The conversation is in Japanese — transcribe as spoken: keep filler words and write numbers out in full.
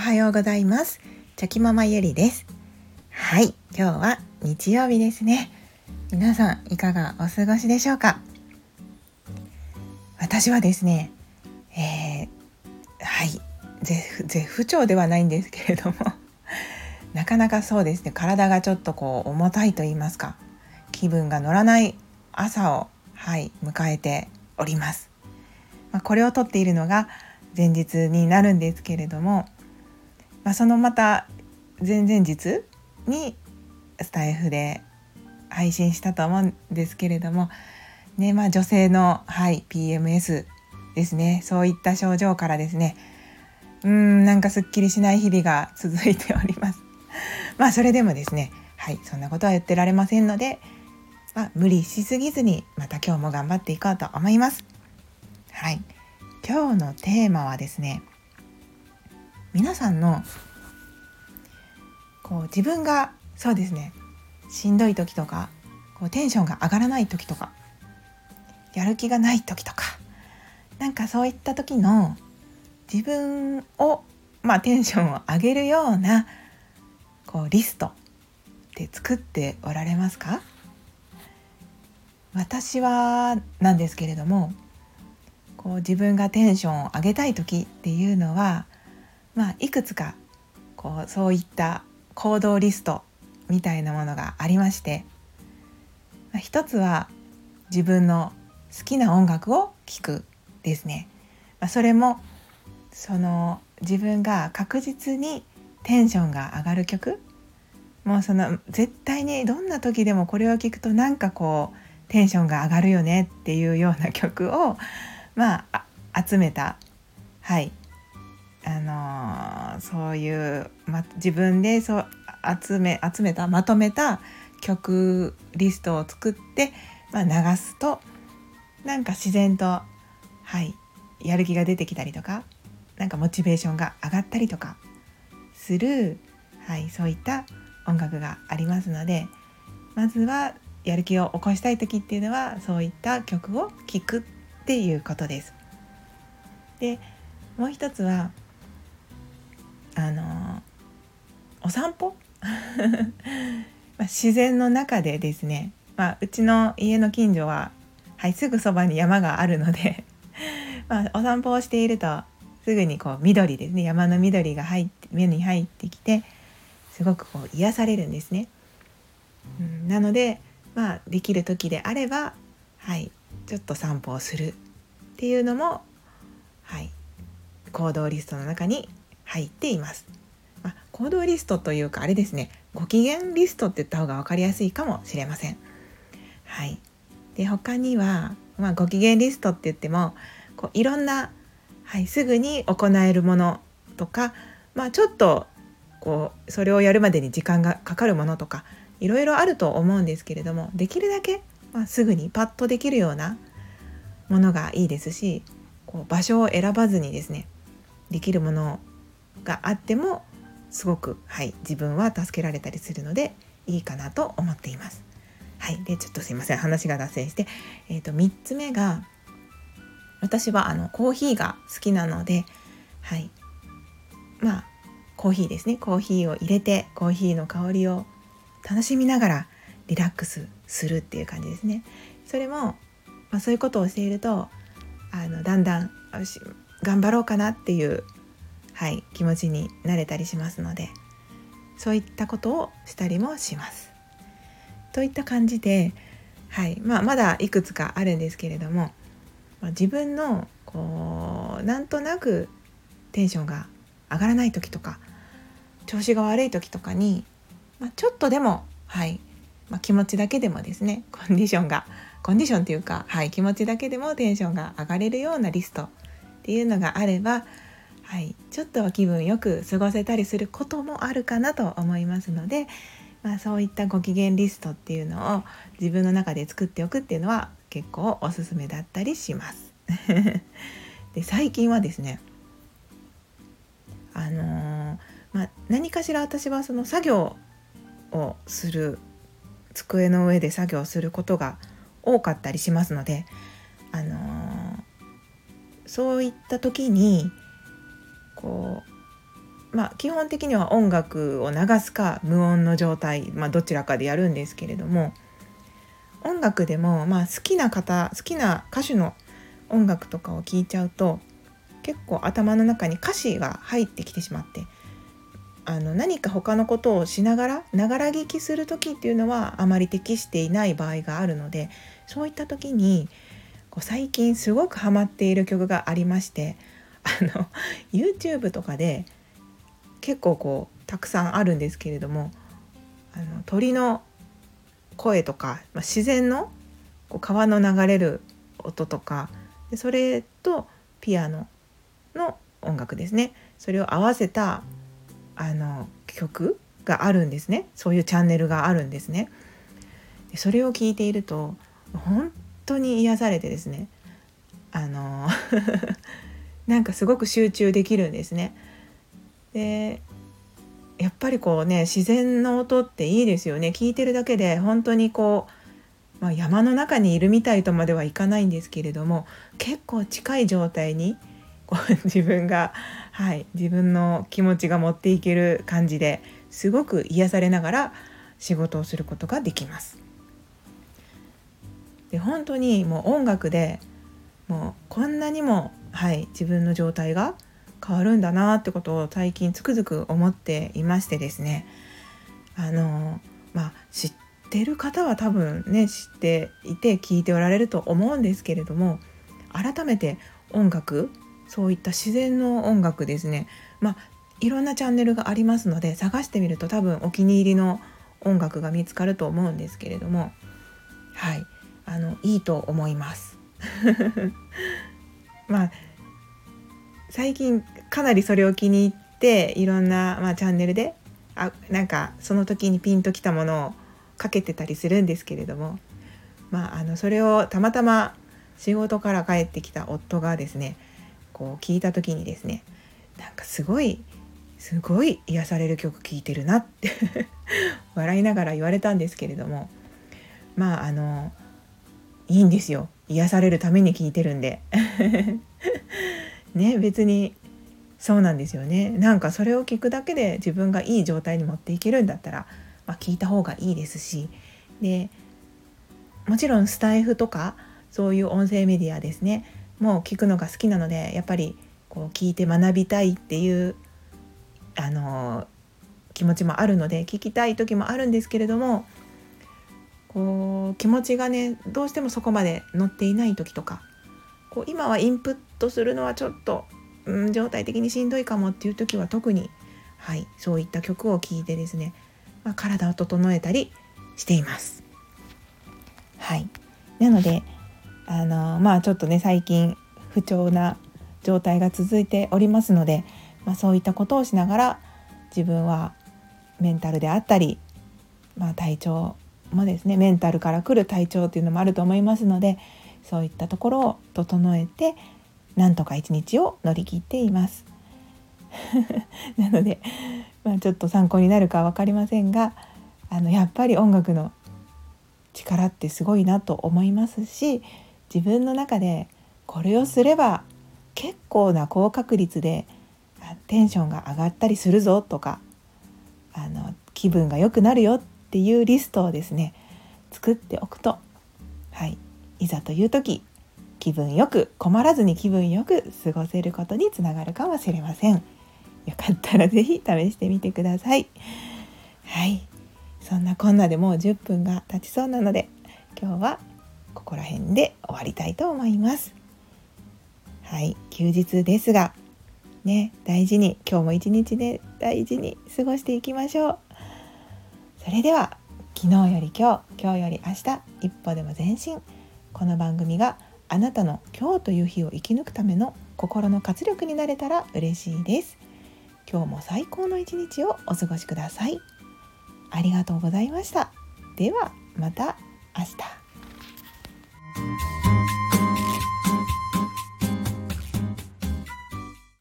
はようございます。チョキママゆりです。はい、今日は日曜日ですね。皆さんいかがお過ごしでしょうか。私はですね、えー、はい絶、絶不調ではないんですけれどもなかなかそうですね、体がちょっとこう重たいと言いますか、気分が乗らない朝を、はい、迎えております。まあ、これを撮っているのが前日になるんですけれども、まあ、そのまた前々日にスタイフで配信したと思うんですけれども、ねまあ、女性の、はい、ピーエムエス ですね。そういった症状からですね、うーんなんかすっきりしない日々が続いております。まあそれでもですね、はい、そんなことは言ってられませんので、まあ、無理しすぎずにまた今日も頑張っていこうと思います。はい、今日のテーマはですね、皆さんのこう自分がそうですねしんどい時とか、こうテンションが上がらない時とか、やる気がない時とか、なんかそういった時の自分を、まあ、テンションを上げるようなこうリストって作っておられますか？私はなんですけれども、こう自分がテンションを上げたい時っていうのは、まあ、いくつかこうそういった行動リストみたいなものがありまして、まあ、一つは自分の好きな音楽を聴くですね。まあ、それもその自分が確実にテンションが上がる曲、もうその絶対にどんな時でもこれを聴くとなんかこうテンションが上がるよねっていうような曲を、まあ、あ集めた、はいあのー、そういう、ま、自分でそう集め集めたまとめた曲リストを作って、まあ、流すとなんか自然と、はい、やる気が出てきたりとか、なんかモチベーションが上がったりとかする、はい、そういった音楽がありますので、まずはやる気を起こしたい時っていうのはそういった曲を聴くっていうことです。で、もう一つはあのお散歩まあ自然の中でですね、まあ、うちの家の近所は、はい、すぐそばに山があるのでまあ、お散歩をしているとすぐにこう緑ですね、山の緑が入って目に入ってきて、すごくこう癒されるんですね。うん、なので、まあ、できる時であれば、はい、ちょっと散歩をするっていうのも、はい、行動リストの中に入っています。まあ、行動リストというかあれですね、ご機嫌リストって言った方が分かりやすいかもしれません。はい、で他には、まあ、ご機嫌リストって言ってもこういろんな、はい、すぐに行えるものとか、まあ、ちょっとこうそれをやるまでに時間がかかるものとかいろいろあると思うんですけれども、できるだけ、まあ、すぐにパッとできるようなものがいいですし、こう場所を選ばずにですね、できるものがあってもすごく、はい、自分は助けられたりするのでいいかなと思っています。はい、でちょっとすいません、話が脱線して、えーと、みっつめが、私はあのコーヒーが好きなので、はい、まあコーヒーですね、コーヒーを入れてコーヒーの香りを楽しみながらリラックスするっていう感じですね。それも、まあ、そういうことをしているとあのだんだんよし頑張ろうかなっていう、はい、気持ちになれたりしますので、そういったことをしたりもします。といった感じで、はいまあ、まだいくつかあるんですけれども、まあ、自分のこうなんとなくテンションが上がらない時とか調子が悪い時とかに、まあ、ちょっとでも、はいまあ、気持ちだけでもですね、コンディションがコンディションっていうか、はい、気持ちだけでもテンションが上がれるようなリストっていうのがあれば、はい、ちょっとは気分よく過ごせたりすることもあるかなと思いますので、まあ、そういったご機嫌リストっていうのを自分の中で作っておくっていうのは結構おすすめだったりしますで最近はですね、あのーまあ、何かしら私はその作業をする、机の上で作業することが多かったりしますので、あのー、そういった時にこまあ、基本的には音楽を流すか無音の状態、まあ、どちらかでやるんですけれども、音楽でも、まあ、好きな方好きな歌手の音楽とかを聴いちゃうと結構頭の中に歌詞が入ってきてしまって、あの何か他のことをしながらながら聞きする時っていうのはあまり適していない場合があるので、そういった時にこう最近すごくハマっている曲がありまして、あの YouTube とかで結構こうたくさんあるんですけれども、あの鳥の声とか、まあ、自然のこう川の流れる音とかで、それとピアノの音楽ですね、それを合わせたあの曲があるんですね。そういうチャンネルがあるんですね。でそれを聞いていると本当に癒されてですね、あのなんかすごく集中できるんですね。でやっぱりこうね、自然の音っていいですよね。聞いてるだけで本当にこう、まあ、山の中にいるみたいとまではいかないんですけれども、結構近い状態にこう自分が、はい、自分の気持ちが持っていける感じですごく癒されながら仕事をすることができます。で本当にもう音楽でもうこんなにも、はい、自分の状態が変わるんだなってことを最近つくづく思っていましてですね、あのまあ知ってる方は多分ね知っていて聞いておられると思うんですけれども、改めて音楽、そういった自然の音楽ですね、まあいろんなチャンネルがありますので探してみると多分お気に入りの音楽が見つかると思うんですけれども、はい、あのいいと思いますまあ最近かなりそれを気に入っていろんな、まあ、チャンネルであなんかその時にピンときたものをかけてたりするんですけれども、まあ、あのそれをたまたま仕事から帰ってきた夫がですねこう聞いた時にですね、なんかすごいすごい癒される曲聴いてるなって笑いながら言われたんですけれども、まああのいいんですよ、癒されるために聴いてるんでね、別にそうなんですよね。なんかそれを聞くだけで自分がいい状態に持っていけるんだったら、まあ、聞いた方がいいですし、でもちろんスタイフとかそういう音声メディアですねもう聞くのが好きなので、やっぱりこう聞いて学びたいっていうあの気持ちもあるので聞きたい時もあるんですけれども、こう気持ちがねどうしてもそこまで乗っていない時とか、こう今はインプットするのはちょっと、うん、状態的にしんどいかもっていう時は特に、はい、そういった曲を聴いてですね、まあ、体を整えたりしています。はい、なのであのまあちょっとね最近不調な状態が続いておりますので、まあ、そういったことをしながら自分はメンタルであったり、まあ、体調もですね、メンタルから来る体調っていうのもあると思いますので、そういったところを整えてなんとか一日を乗り切っていますなので、まあ、ちょっと参考になるかは分かりませんが、あのやっぱり音楽の力ってすごいなと思いますし、自分の中でこれをすれば結構な高確率でテンションが上がったりするぞとか、あの気分が良くなるよっていうリストをですね作っておくと、はい、いざという時気分よく困らずに気分よく過ごせることにつながるかもしれません。よかったらぜひ試してみてください。はい、そんなこんなでもうじゅっぷんが経ちそうなので今日はここら辺で終わりたいと思います。はい、休日ですがね、大事に今日も一日で大事に過ごしていきましょう。それでは昨日より今日、今日より明日、一歩でも前進。この番組があなたの今日という日を生き抜くための心の活力になれたら嬉しいです。今日も最高の一日をお過ごしください。ありがとうございました。ではまた明日。